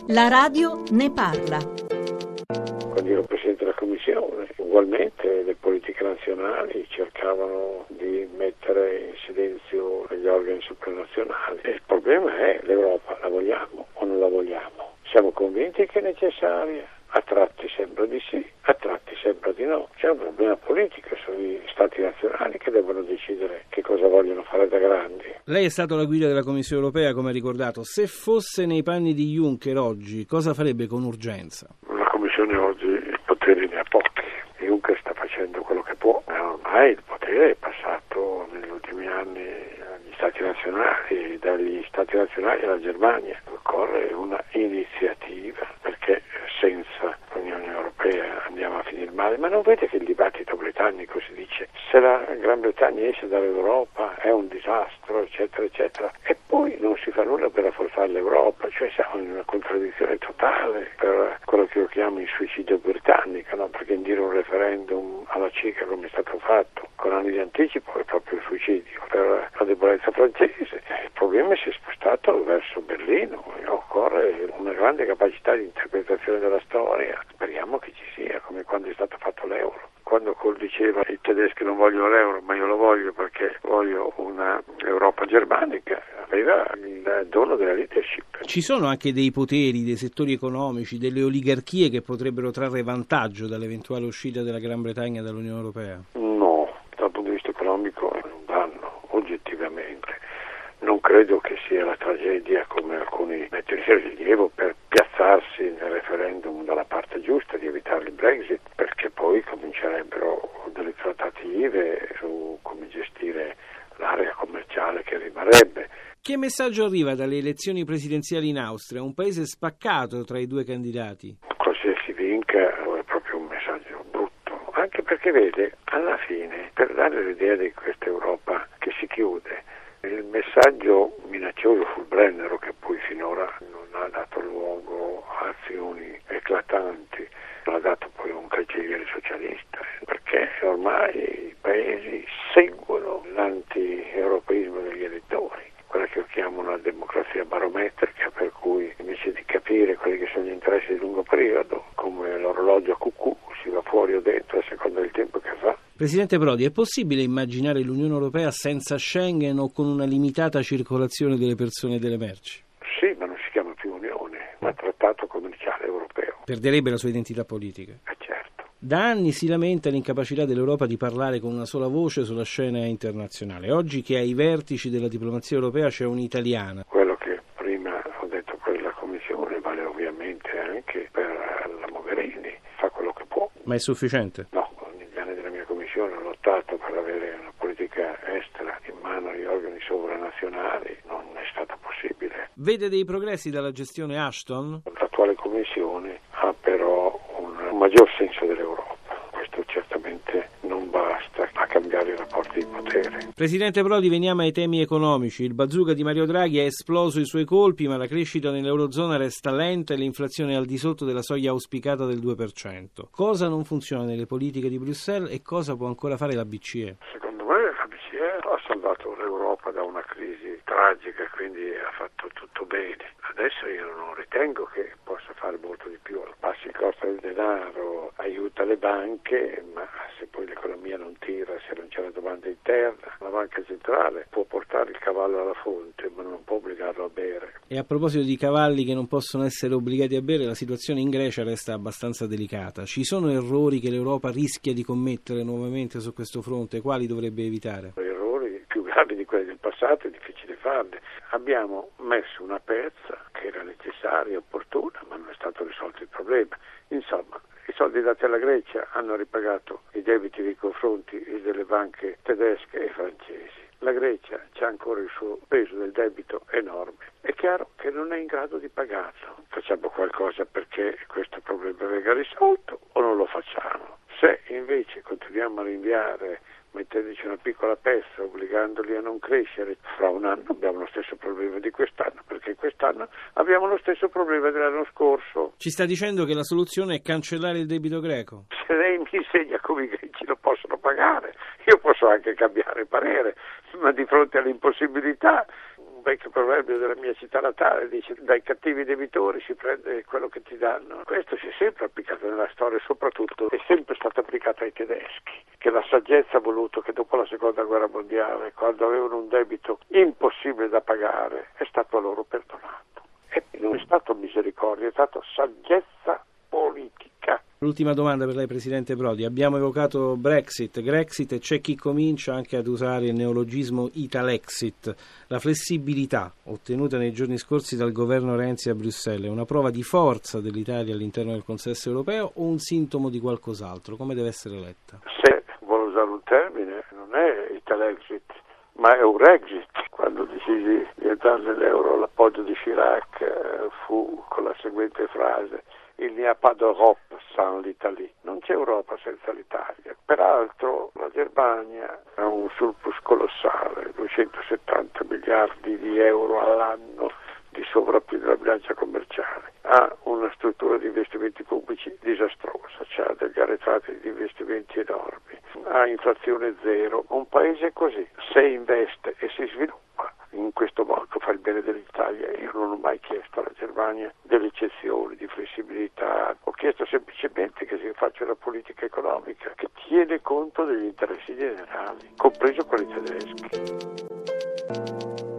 La radio ne parla. Quando ero Presidente della Commissione, ugualmente le politiche nazionali cercavano di mettere in silenzio gli organi supranazionali. Il problema è: l'Europa la vogliamo o non la vogliamo? Siamo convinti che è necessaria? A tratti sembra di sì, a tratti sembra di no. C'è un problema politico sugli stati nazionali che devono decidere che cosa vogliono fare da grandi. Lei è stato la guida della Commissione Europea, come ha ricordato. Se fosse nei panni di Juncker oggi, cosa farebbe con urgenza? La Commissione oggi i poteri ne ha pochi. Juncker sta facendo quello che può, ma ormai il potere è passato negli ultimi anni agli stati nazionali, dagli stati nazionali alla Germania. Occorre una iniziativa, perché senza l'Unione Europea andiamo a finire male. Ma non vede che il dibattito britannico si dice: se la Gran Bretagna esce dall'Europa è un disastro, eccetera eccetera, e poi non si fa nulla per rafforzare l'Europa. Cioè siamo in una contraddizione totale per quello che io chiamo il suicidio britannico, no? Perché indire un referendum alla cieca, come è stato fatto con anni di anticipo, è proprio il suicidio per la debolezza francese. Il problema si è spostato verso Berlino e occorre una grande capacità di interpretazione della storia. Speriamo che ci sia, come quando è stato fatto l'euro. Quando Kohl diceva: i tedeschi non vogliono l'euro, ma io lo voglio perché voglio una Europa germanica, aveva il dono della leadership. Ci sono anche dei poteri, dei settori economici, delle oligarchie che potrebbero trarre vantaggio dall'eventuale uscita della Gran Bretagna dall'Unione Europea? No, dal punto di vista economico non vanno, oggettivamente. Non credo che sia la tragedia, come alcuni mettono in rilievo, per piazzarsi nel referendum dalla parte giusta di evitare il Brexit, perché poi comincerebbero delle trattative su come gestire l'area commerciale che rimarrebbe. Che messaggio arriva dalle elezioni presidenziali in Austria, un paese spaccato tra i due candidati? Qualsiasi vinca è proprio un messaggio brutto, anche perché vede, alla fine, per dare l'idea di questa Europa che si chiude, il messaggio minaccioso sul Brennero, che poi finora non ha dato luogo a azioni eclatanti, non ha dato poi un cancelliere socialista, perché ormai i paesi seguono l'anti-europeismo degli elettori, quella che io chiamo una democrazia barometrica, per cui invece di capire quelli che sono gli interessi di lungo periodo, come l'orologio a cucù, si va fuori o dentro a seconda del tempo che fa. Presidente Prodi, è possibile immaginare l'Unione Europea senza Schengen o con una limitata circolazione delle persone e delle merci? Sì, ma non si chiama più Unione, ma Trattato Commerciale Europeo. Perderebbe la sua identità politica. Certo. Da anni si lamenta l'incapacità dell'Europa di parlare con una sola voce sulla scena internazionale. Oggi che ai vertici della diplomazia europea c'è un'italiana. Quello che prima ho detto per la Commissione vale ovviamente anche per la Mogherini. Fa quello che può. Ma è sufficiente? No, negli anni della mia Commissione ho lottato per avere una politica estera in mano agli organi sovranazionali. Non è stato possibile. Vede dei progressi dalla gestione Ashton? L'attuale Commissione ha però un maggior senso dell'Europa. Questo certamente non basta a cambiare i rapporti di potere. Presidente Prodi, veniamo ai temi economici. Il bazooka di Mario Draghi ha esploso i suoi colpi, ma la crescita nell'Eurozona resta lenta e l'inflazione è al di sotto della soglia auspicata del 2%. Cosa non funziona nelle politiche di Bruxelles e cosa può ancora fare la BCE? Secondo me la BCE ha salvato l'Europa da una crisi tragica, quindi ha fatto tutto bene. Adesso io non ritengo che possa fare molto di più. Abbassa il costo del denaro, aiuta le banche, ma se poi l'economia non tira, se non c'è la domanda interna, la banca centrale può portare il cavallo alla fonte, ma non può obbligarlo a bere. E a proposito di cavalli che non possono essere obbligati a bere, la situazione in Grecia resta abbastanza delicata. Ci sono errori che l'Europa rischia di commettere nuovamente su questo fronte? Quali dovrebbe evitare? Errori più gravi di quelli del passato è difficile farli. Abbiamo messo una pezza che era necessaria e opportuna, ma non è stato risolto il problema. Insomma, i soldi dati alla Grecia hanno ripagato i debiti nei confronti delle banche tedesche e francesi. La Grecia c'ha ancora il suo peso del debito enorme. È chiaro che non è in grado di pagarlo. Facciamo qualcosa perché questo problema venga risolto o non lo facciamo? Se invece continuiamo a rinviare, mettendoci una piccola pezza, obbligandoli a non crescere, fra un anno abbiamo lo stesso problema di quest'anno, perché quest'anno abbiamo lo stesso problema dell'anno scorso. Ci sta dicendo che la soluzione è cancellare il debito greco? Se lei mi insegna come i greci lo possono pagare, io posso anche cambiare parere, ma di fronte all'impossibilità vecchio proverbio della mia città natale, dice dai cattivi debitori si prende quello che ti danno. Questo si è sempre applicato nella storia, soprattutto è sempre stato applicato ai tedeschi, che la saggezza ha voluto che dopo la seconda guerra mondiale, quando avevano un debito impossibile da pagare, è stato a loro perdonato. E non è stato misericordia, è stato saggezza politica. L'ultima domanda per lei, Presidente Prodi. Abbiamo evocato Grexit e c'è chi comincia anche ad usare il neologismo Italexit. La flessibilità ottenuta nei giorni scorsi dal governo Renzi a Bruxelles è una prova di forza dell'Italia all'interno del consesso europeo o un sintomo di qualcos'altro? Come deve essere letta? Se vuole usare un termine, non è Italexit, ma è Eurexit. Quando decisi di entrare nell'euro, l'appoggio di Chirac fu con la seguente frase: il n'y a pas d'Europe sans l'Italie. Non c'è Europa senza l'Italia. Peraltro la Germania ha un surplus colossale, 270 miliardi di euro all'anno di sovrappiù della bilancia commerciale. Ha una struttura di investimenti pubblici disastrosa, ha degli arretrati di investimenti enormi, ha inflazione zero. Un paese così, se investe e si sviluppa in questo modo, fa il bene dell'Italia. Io non ho mai chiesto alla Germania delle eccezioni, di flessibilità, ho chiesto semplicemente che si faccia una politica economica che tiene conto degli interessi generali, compreso quelli tedeschi.